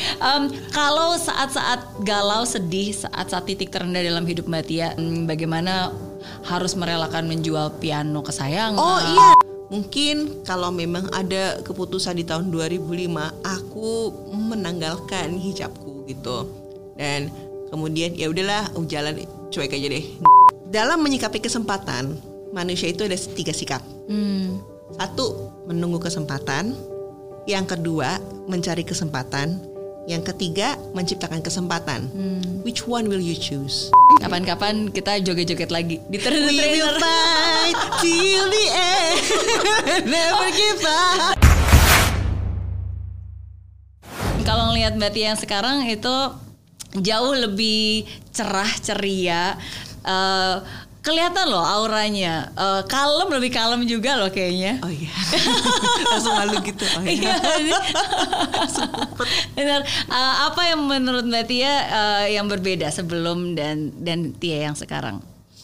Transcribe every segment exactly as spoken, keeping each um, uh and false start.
um, kalau saat-saat galau, sedih, saat-saat titik terendah dalam hidup Mbak Tia, bagaimana harus merelakan menjual piano kesayangan? Oh iya, mungkin kalau memang ada keputusan di tahun dua ribu lima, aku menanggalkan hijabku gitu. Dan kemudian ya udahlah, jalan cuek aja deh. Dalam menyikapi kesempatan, manusia itu ada tiga sikap. Hmm. Satu, menunggu kesempatan. Yang kedua, mencari kesempatan. Yang ketiga, menciptakan kesempatan. Hmm. Which one will you choose? Kapan-kapan kita joget-joget lagi di We will fight till the end. Never give up. Kalau ngelihat Mbak Tia yang sekarang itu jauh lebih cerah, ceria. Uh, kelihatan loh auranya, uh, kalem, lebih kalem juga loh kayaknya. Oh iya, langsung malu gitu. Oh iya. Benar. Uh, apa yang menurut Mbak Tia uh, yang berbeda sebelum dan dan Tia yang sekarang?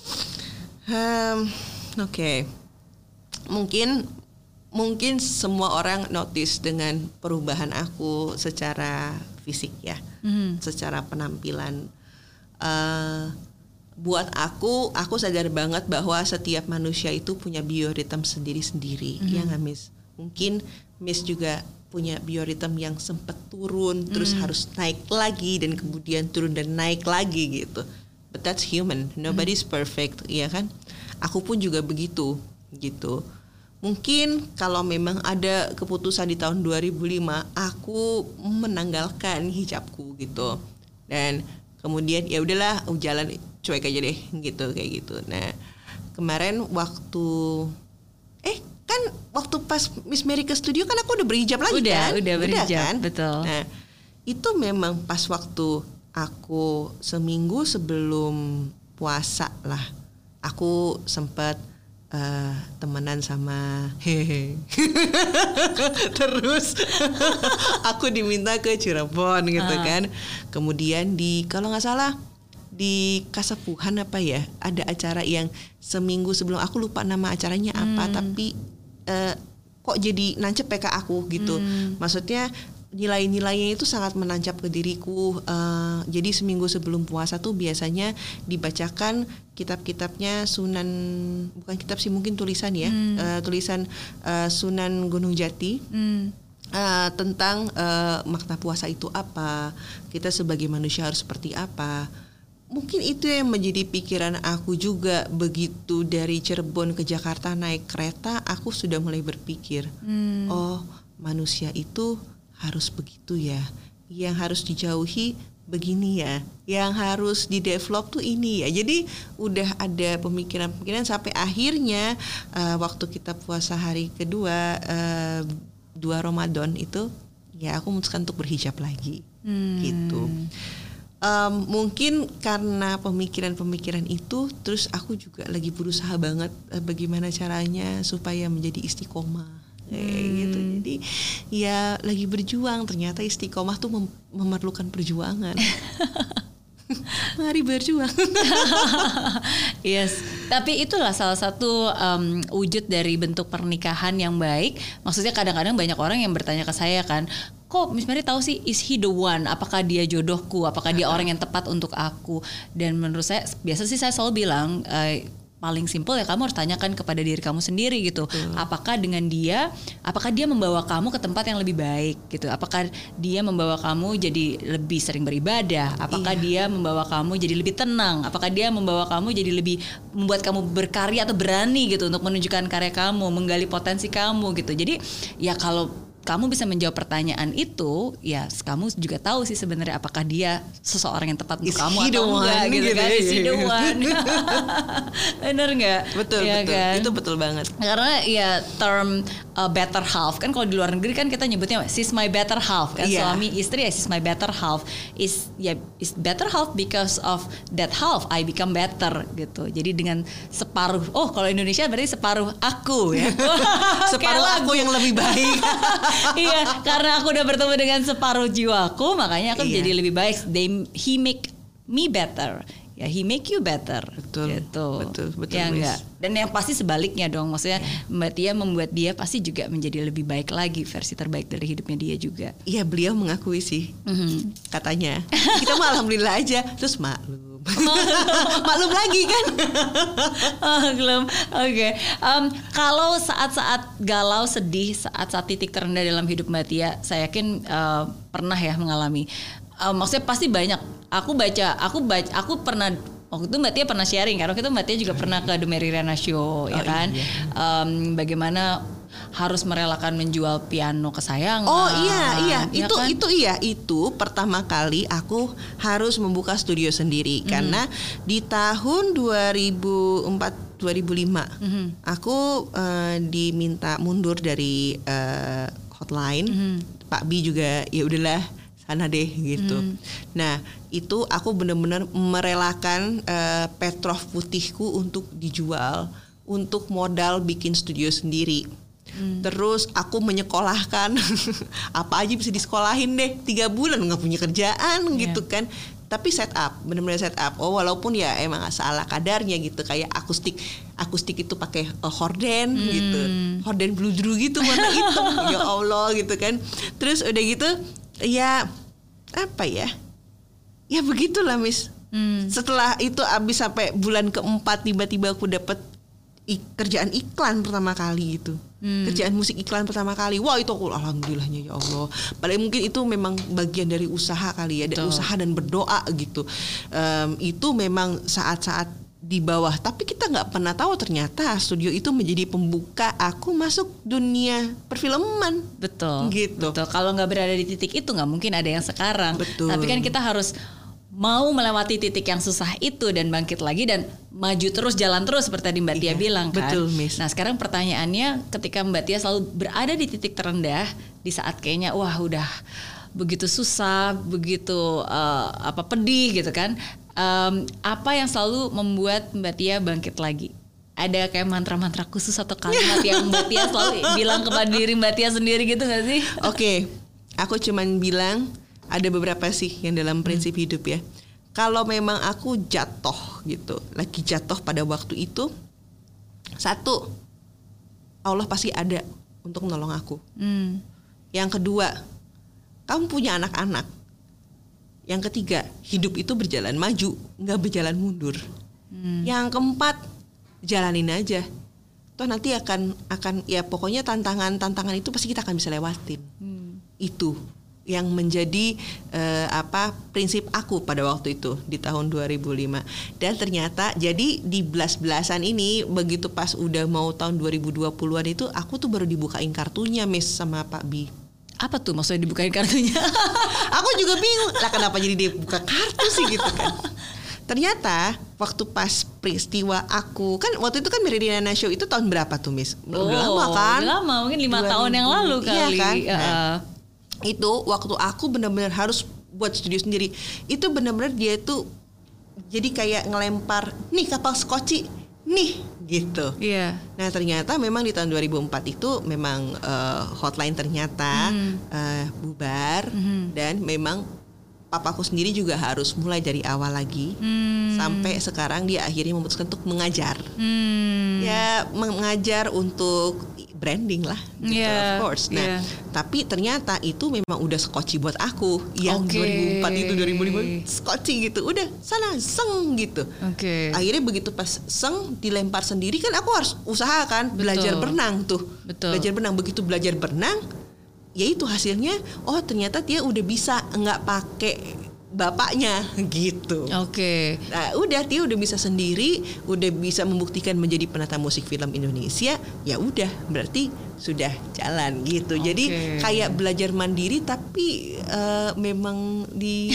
Um, Oke, okay. mungkin mungkin semua orang notice dengan perubahan aku secara fisik ya, mm. secara penampilan. Uh, Buat aku, aku sadar banget bahwa setiap manusia itu punya biorhythm sendiri-sendiri, mm-hmm. ya nggak Miss? Mungkin Miss juga punya biorhythm yang sempat turun, mm. terus harus naik lagi dan kemudian turun dan naik lagi gitu. But that's human, nobody's mm. perfect, ya kan? Aku pun juga begitu, gitu. Mungkin kalau memang ada keputusan di tahun dua ribu lima, aku menanggalkan hijabku gitu, dan kemudian ya udahlah, jalan cuek aja deh gitu, kayak gitu. Nah kemarin waktu eh kan waktu pas Miss Mary ke studio kan aku udah berhijab lagi udah, kan udah berhijab udah, kan? Betul. Nah itu memang pas waktu aku seminggu sebelum puasa lah, aku sempat uh, temenan sama hehe terus aku diminta ke Cirebon gitu uh. kan. Kemudian di kalau nggak salah di Kasepuhan apa ya, ada acara yang seminggu sebelum, aku lupa nama acaranya apa, hmm. tapi uh, kok jadi nancep P K aku gitu. Hmm. Maksudnya nilai-nilainya itu sangat menancap ke diriku. Uh, jadi seminggu sebelum puasa tuh biasanya dibacakan kitab-kitabnya Sunan, bukan kitab sih, mungkin tulisan ya, hmm. uh, tulisan uh, Sunan Gunung Jati. Hmm. Uh, tentang uh, makna puasa itu apa, kita sebagai manusia harus seperti apa. Mungkin itu yang menjadi pikiran aku juga. Begitu dari Cirebon ke Jakarta naik kereta, aku sudah mulai berpikir, hmm. oh manusia itu harus begitu ya, yang harus dijauhi begini ya, yang harus di-develop tuh ini ya. Jadi udah ada pemikiran-pemikiran sampai akhirnya uh, waktu kita puasa hari kedua uh, dua Ramadan itu, ya aku memutuskan untuk berhijab lagi, hmm. gitu. Um, mungkin karena pemikiran-pemikiran itu, terus aku juga lagi berusaha banget uh, bagaimana caranya supaya menjadi istiqomah, kayak hmm. gitu. Jadi ya lagi berjuang. Ternyata istiqomah tuh mem- memerlukan perjuangan. Mari berjuang. Yes, tapi itulah salah satu um, wujud dari bentuk pernikahan yang baik. Maksudnya kadang-kadang banyak orang yang bertanya ke saya kan, kok Miss Mary tahu sih, is he the one? Apakah dia jodohku? Apakah dia orang yang tepat untuk aku? Dan menurut saya, biasa sih saya selalu bilang, uh, paling simpel ya kamu harus tanyakan kepada diri kamu sendiri gitu. Hmm. Apakah dengan dia, apakah dia membawa kamu ke tempat yang lebih baik gitu? Apakah dia membawa kamu jadi lebih sering beribadah? Apakah iya. dia membawa kamu jadi lebih tenang? Apakah dia membawa kamu jadi lebih membuat kamu berkarya atau berani gitu untuk menunjukkan karya kamu, menggali potensi kamu gitu. Jadi ya kalau kamu bisa menjawab pertanyaan itu, ya kamu juga tahu sih sebenarnya apakah dia seseorang yang tepat untuk kamu atau enggak gitu kan. Is he the one? Bener nggak? Betul, ya, betul. Kan? Itu betul banget. Karena ya term uh, better half kan kalau di luar negeri kan kita nyebutnya she's my better half kan, yeah. Suami istri ya she's my better half. Is ya is better half because of that half I become better gitu. Jadi dengan separuh, oh kalau Indonesia berarti separuh aku ya. Separuh aku yang lebih baik. Iya, karena aku udah bertemu dengan separuh jiwaku, makanya aku iya. jadi lebih baik. They, he make me better ya he make you better. Betul. Gitu. Betul, betul. Ya Miss. enggak. Dan yang pasti sebaliknya dong. Maksudnya Mbak Tia membuat dia pasti juga menjadi lebih baik lagi, versi terbaik dari hidupnya dia juga. Iya, beliau mengakui sih. Mm-hmm. Katanya. Kita mah alhamdulillah aja. Terus maklum. Maklum lagi kan. Maklum. Oke. Okay. Um, kalau saat-saat galau, sedih, saat-saat titik terendah dalam hidup Mbak Tia, saya yakin uh, pernah ya mengalami. Uh, maksudnya pasti banyak. Aku baca, aku baca, aku pernah. Waktu itu Mbak Tia pernah sharing, karena itu Mbak Tia juga pernah ke The Mary Riana Show, ya kan? Iya. Um, bagaimana harus merelakan menjual piano kesayangan. Oh iya, iya, ya itu kan? itu iya, itu pertama kali aku harus membuka studio sendiri mm. karena di tahun dua ribu empat dua ribu lima mm-hmm. aku uh, diminta mundur dari uh, hotline. Mm-hmm. Pak B juga ya udahlah sana deh gitu. Mm. Nah itu aku benar-benar merelakan uh, petrov putihku untuk dijual untuk modal bikin studio sendiri. Hmm. Terus aku menyekolahkan apa aja bisa disekolahin deh, tiga bulan nggak punya kerjaan yeah. gitu kan. Tapi set up, benar-benar set up. Oh walaupun ya emang salah kadarnya gitu, kayak akustik, akustik itu pakai uh, horden hmm. gitu, horden bludru gitu warna hitam, ya Allah gitu kan. Terus udah gitu, ya apa ya, ya begitulah Miss. Hmm. Setelah itu abis sampai bulan keempat tiba-tiba aku dapet I- kerjaan iklan pertama kali itu, hmm. kerjaan musik iklan pertama kali. Wah itu aku alhamdulillahnya ya Allah. Padahal mungkin itu memang bagian dari usaha kali ya, dari usaha dan berdoa gitu. Um, itu memang saat-saat di bawah. Tapi kita nggak pernah tahu ternyata studio itu menjadi pembuka aku masuk dunia perfilman. Betul. Gitu. Betul. Kalau nggak berada di titik itu nggak mungkin ada yang sekarang. Betul. Tapi kan kita harus mau melewati titik yang susah itu dan bangkit lagi dan maju terus, jalan terus seperti tadi Mbak Tia iya, bilang kan. Betul, Miss. Nah sekarang pertanyaannya, ketika Mbak Tia selalu berada di titik terendah, di saat kayaknya wah udah begitu susah, begitu uh, apa pedih gitu kan, um, apa yang selalu membuat Mbak Tia bangkit lagi? Ada kayak mantra-mantra khusus atau kalimat yang Mbak Tia selalu bilang kepada diri Mbak Tia sendiri gitu gak sih? Oke, okay. Aku cuman bilang ada beberapa sih yang dalam prinsip hmm. hidup ya. Kalau memang aku jatuh gitu, lagi jatuh pada waktu itu, satu, Allah pasti ada untuk menolong aku. Hmm. Yang kedua, kamu punya anak-anak. Yang ketiga, hidup itu berjalan maju, nggak berjalan mundur. Hmm. Yang keempat, jalanin aja. Toh nanti akan akan ya pokoknya tantangan-tantangan itu pasti kita akan bisa lewatin. Hmm. Itu yang menjadi uh, apa prinsip aku pada waktu itu di tahun dua ribu lima. Dan ternyata jadi di belas-belasan ini begitu pas udah mau tahun dua ribu dua puluhan itu aku tuh baru dibukain kartunya Miss sama Pak B. Apa tuh maksudnya dibukain kartunya? Aku juga bingung lah kenapa jadi dia buka kartu sih gitu kan. Ternyata waktu pas peristiwa aku kan waktu itu kan Mary Riana Show itu tahun berapa tuh Miss? Oh, udah lama kan? Udah lama mungkin lima tahun yang lalu kali. Iya kan? Nah, uh, itu waktu aku benar-benar harus buat studio sendiri. Itu benar-benar dia tuh jadi kayak ngelempar nih kapal skoci nih gitu. Iya. Nah ternyata memang di tahun dua ribu empat itu memang uh, hotline ternyata hmm. uh, bubar hmm. dan memang papaku sendiri juga harus mulai dari awal lagi hmm. sampai sekarang dia akhirnya memutuskan untuk mengajar. Hmm. Ya mengajar untuk branding lah, gitu, yeah, of course. Nah, yeah. tapi ternyata itu memang udah skoci buat aku yang okay. dua ribu empat itu dua ribu lima skoci gitu, udah sana seng gitu. Okay. Akhirnya begitu pas seng dilempar sendiri kan aku harus usaha kan belajar berenang tuh, Betul. belajar berenang begitu belajar berenang, ya itu hasilnya. Oh ternyata dia udah bisa nggak pakai bapaknya gitu. Oke. Okay. Nah, udah dia udah bisa sendiri, udah bisa membuktikan menjadi penata musik film Indonesia. Ya udah, berarti sudah jalan gitu. Okay. Jadi kayak belajar mandiri tapi uh, memang di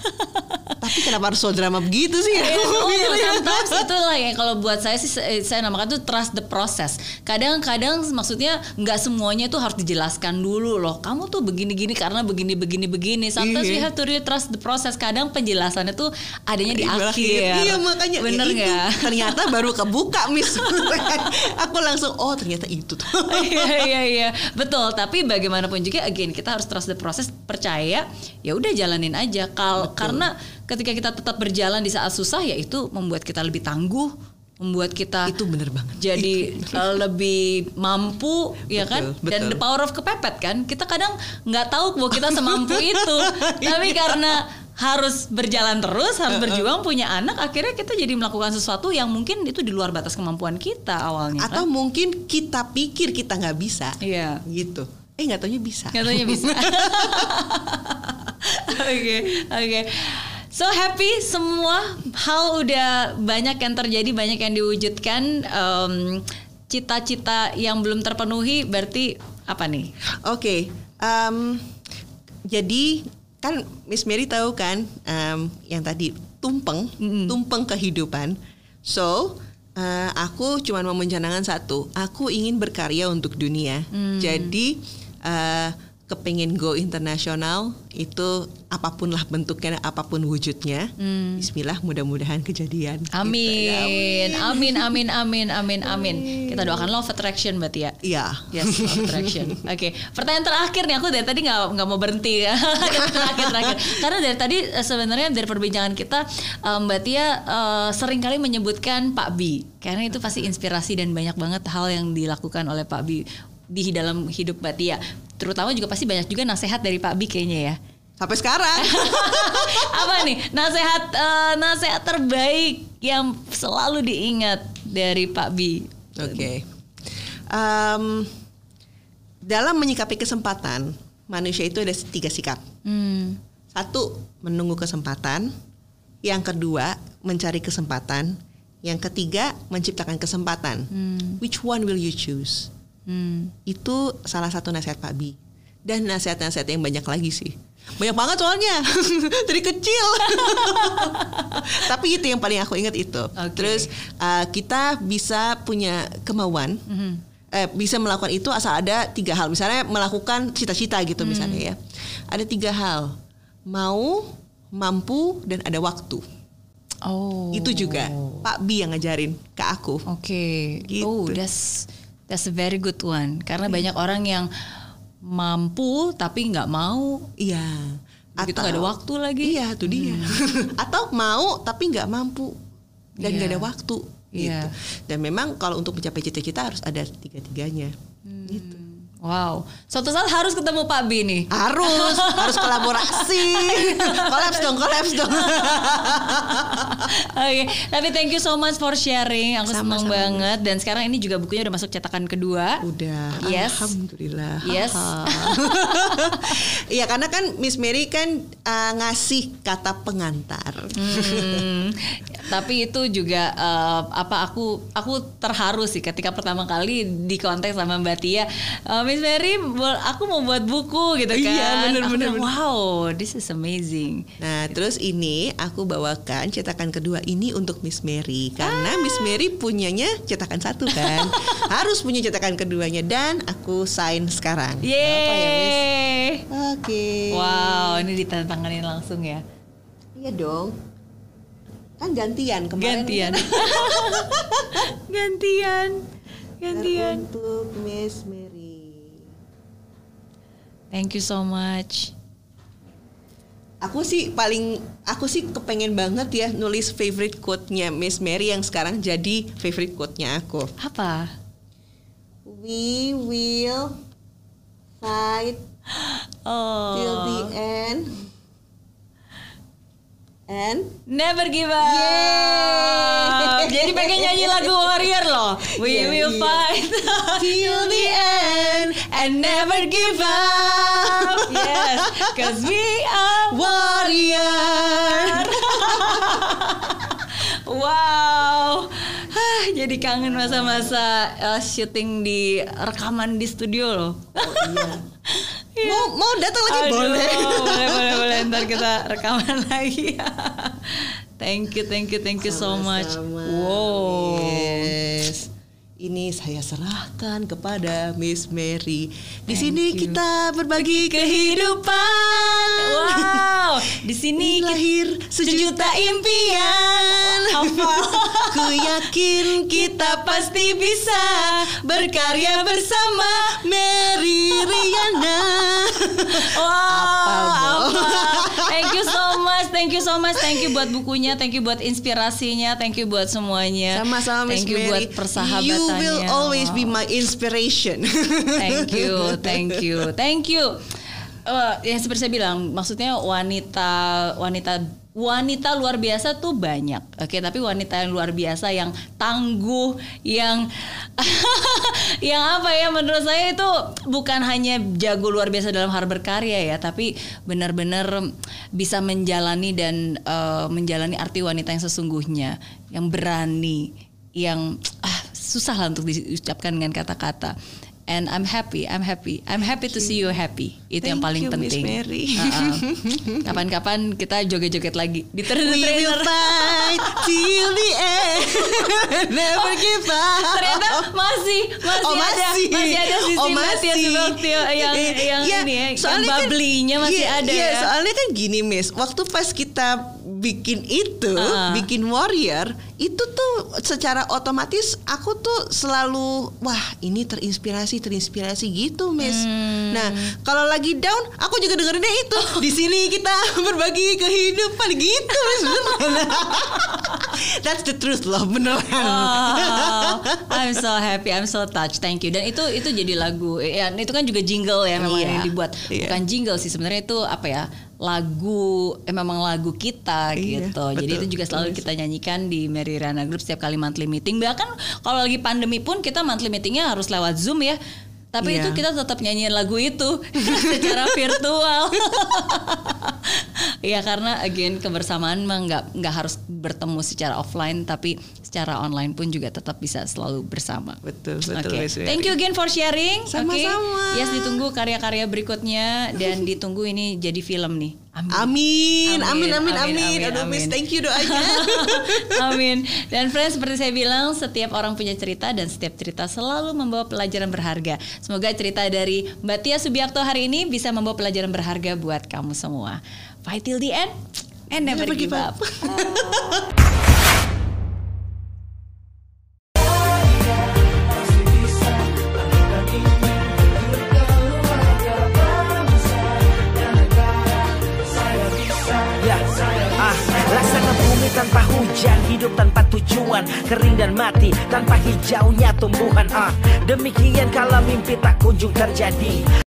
tapi kenapa harus so drama begitu sih? Ya, oh, sometimes itu lah ya kalau buat saya sih saya namakan itu trust the process. Kadang-kadang maksudnya nggak semuanya itu harus dijelaskan dulu loh. Kamu tuh begini-gini karena begini-begini begini. Sometimes we have to really trust the process. Kadang penjelasannya tuh adanya di akhir. Iya makanya. Bener nggak? Ya ternyata baru kebuka Miss. Aku langsung oh ternyata itu tuh. Iya iya iya betul. Tapi bagaimanapun juga, again kita harus trust the process, percaya. Ya udah jalanin aja. Kal karena ketika kita tetap berjalan di saat susah, ya itu membuat kita lebih tangguh, membuat kita itu bener banget. Jadi uh, lebih mampu, ya kan? Betul, Dan betul. the power of kepepet kan. Kita kadang nggak tahu bahwa kita semampu itu, tapi karena harus berjalan terus, harus berjuang, punya anak, akhirnya kita jadi melakukan sesuatu yang mungkin itu di luar batas kemampuan kita awalnya. Atau kan? mungkin kita pikir kita nggak bisa, Iya. gitu. Eh nggak taunya bisa. Nggak taunya bisa. Oke, oke. So happy, semua hal udah banyak yang terjadi, banyak yang diwujudkan. Um, cita-cita yang belum terpenuhi berarti apa nih? Oke, okay, um, jadi kan Miss Mary tahu kan um, yang tadi tumpeng, mm-hmm. tumpeng kehidupan. So uh, aku cuma mau mencanangkan satu, aku ingin berkarya untuk dunia. Mm. Jadi uh, kepengen go internasional, itu apapun lah bentuknya, apapun wujudnya. Hmm. Bismillah, mudah-mudahan kejadian. Amin. Gitu, ya. Amin, amin, amin, amin, amin. Kita doakan law of attraction berarti ya. Iya. Yes, law of attraction. Oke, okay. Pertanyaan terakhir nih, aku dari tadi nggak nggak mau berhenti ya. terakhir terakhir. Karena dari tadi sebenarnya dari perbincangan kita, Mbak Tia uh, sering kali menyebutkan Pak Bi, karena itu pasti inspirasi dan banyak banget hal yang dilakukan oleh Pak Bi di dalam hidup Mbak Tia. Terutama juga pasti banyak juga nasihat dari Pak Bi kayaknya ya. Sampai sekarang. Apa nih nasihat uh, nasihat terbaik yang selalu diingat dari Pak Bi? Oke. Okay. Um, dalam menyikapi kesempatan, manusia itu ada tiga sikap. Hmm. Satu, menunggu kesempatan. Yang kedua, mencari kesempatan. Yang ketiga, menciptakan kesempatan. Hmm. Which one will you choose? Hmm. Itu salah satu nasihat Pak Bi. Dan nasihat-nasihat yang banyak lagi sih. Banyak banget soalnya. Dari kecil. Tapi itu yang paling aku ingat itu. Okay. Terus uh, kita bisa punya kemauan. Mm-hmm. eh, Bisa melakukan itu asal ada tiga hal. Misalnya melakukan cita-cita gitu, mm. misalnya ya. Ada tiga hal. Mau, mampu, dan ada waktu. Oh. Itu juga Pak Bi yang ngajarin ke aku. Oke. Okay. Gitu. Oh, that's That's a very good one. Karena hmm. banyak orang yang mampu tapi nggak mau. Iya. Begitu nggak ada waktu lagi. Iya, itu dia. Hmm. Atau mau tapi nggak mampu dan nggak yeah. ada waktu. Gitu. Yeah. Dan memang kalau untuk mencapai cita-cita harus ada tiga-tiganya. Hmm. Gitu. Wow, suatu saat harus ketemu Pak Bi nih. Harus, harus kolaborasi. Kolaps dong, kolaps dong. Oke, okay. Tapi thank you so much for sharing. Aku senang banget. Dan sekarang ini juga bukunya udah masuk cetakan kedua. Udah. Yes. Alhamdulillah. Yes. Iya, karena kan Miss Mary kan uh, ngasih kata pengantar. Hmm, tapi itu juga uh, apa aku aku terharu sih ketika pertama kali di kontak sama Mbak Tia. Uh, Miss Mary, aku mau buat buku gitu kan. Iya, bener-bener. Wow, this is amazing. Nah, terus ini aku bawakan cetakan kedua ini untuk Miss Mary. Karena ah. Miss Mary punyanya cetakan satu kan. Harus punya cetakan keduanya. Dan aku sign sekarang. Yeay. Apa ya, Miss? Oke. Okay. Wow, ini ditantanganin langsung ya. Iya dong. Kan gantian kemarin. Gantian. gantian. Gantian. Untuk Miss Mary. Thank you so much. Aku sih paling, aku sih kepengen banget ya nulis favorite quote-nya Miss Mary yang sekarang jadi favorite quote-nya aku. Apa? We will fight oh. till the end and never give up. Yeay. Jadi pengen nyanyi lagu Warrior loh. We yeah, will yeah. fight till the end and never give up. Yes, cause we are warrior. Wow. Jadi kangen masa-masa uh, syuting di rekaman di studio loh. Oh, iya. Iya. Mau mau datang lagi? Aduh, boleh. boleh boleh boleh ntar kita rekaman lagi. Thank you thank you thank you Sama-sama. so much. Wow. Yes. Ini saya serahkan kepada Miss Mary. Di sini kita berbagi kehidupan. Wow. Di sini Inilah lahir sejuta impian. Ku yakin kita pasti bisa berkarya bersama Mary Riana. Wow, thank you so much, thank you so much, thank you buat bukunya, thank you buat inspirasinya, thank you buat semuanya. Sama-sama Miss Thank you Mary. buat persahabatannya. You will always wow. be my inspiration. Thank you, thank you, thank you. Uh, ya seperti saya bilang, maksudnya wanita, wanita, wanita luar biasa tuh banyak, oke. Okay? Tapi wanita yang luar biasa, yang tangguh, yang, yang apa ya? Menurut saya itu bukan hanya jago luar biasa dalam hal berkarya ya, tapi benar-benar bisa menjalani dan uh, menjalani arti wanita yang sesungguhnya, yang berani, yang ah, susah lah untuk diucapkan dengan kata-kata. And I'm happy, I'm happy, I'm happy to see you happy. Itu Thank yang paling you, penting. Miss Mary. Uh-uh. Kapan-kapan kita joget-joget lagi di trainer. We will fight till the end, never give up. Ternyata masih masih Oh, ada masih. masih ada sisi Oh, Matias masih. Subaktio yang Eh, yang ya, ini ya, yang soalnya kan- bubbly-nya masih iya, ada iya, ya. soalnya kan gini Miss, waktu pas kita bikin itu, Uh-uh. bikin Warrior, itu tuh secara otomatis aku tuh selalu wah ini terinspirasi terinspirasi gitu Miss. Hmm. Nah kalau lagi down, aku juga dengerinnya itu. Di sini kita berbagi kehidupan gitu Miss. Beneran. That's the truth loh, beneran. Oh, I'm so happy, I'm so touched. Thank you. Dan itu itu jadi lagu. Ya, itu kan juga jingle ya memang Iya, yang dibuat. iya. Bukan jingle sih sebenarnya, itu apa ya? Lagu eh, memang lagu kita Iya, gitu. Jadi betul. itu juga selalu kita nyanyikan di Mary Riana Group setiap kali monthly meeting. Bahkan kalau lagi pandemi pun kita monthly meetingnya harus lewat Zoom ya. Tapi Iya. itu kita tetap nyanyiin lagu itu secara virtual. Ya karena again kebersamaan mah nggak nggak harus bertemu secara offline, tapi secara online pun juga tetap bisa selalu bersama. Betul betul. Oke, Miss Mary. thank you again for sharing. Sama-sama. Oke. Yes, ditunggu karya-karya berikutnya dan ditunggu ini jadi film nih. Amin, amin, amin, amin. amin, Aduh Miss, amin. thank you doanya. Amin. Dan friends, seperti saya bilang, setiap orang punya cerita dan setiap cerita selalu membawa pelajaran berharga. Semoga cerita dari Mbak Tia Subiakto hari ini bisa membawa pelajaran berharga buat kamu semua. Fight till the end and never, Never give give up. Laksana bumi tanpa hujan, hidup tanpa tujuan, kering dan mati tanpa hijaunya tumbuhan. Ah, demikian kalau mimpi tak kunjung terjadi.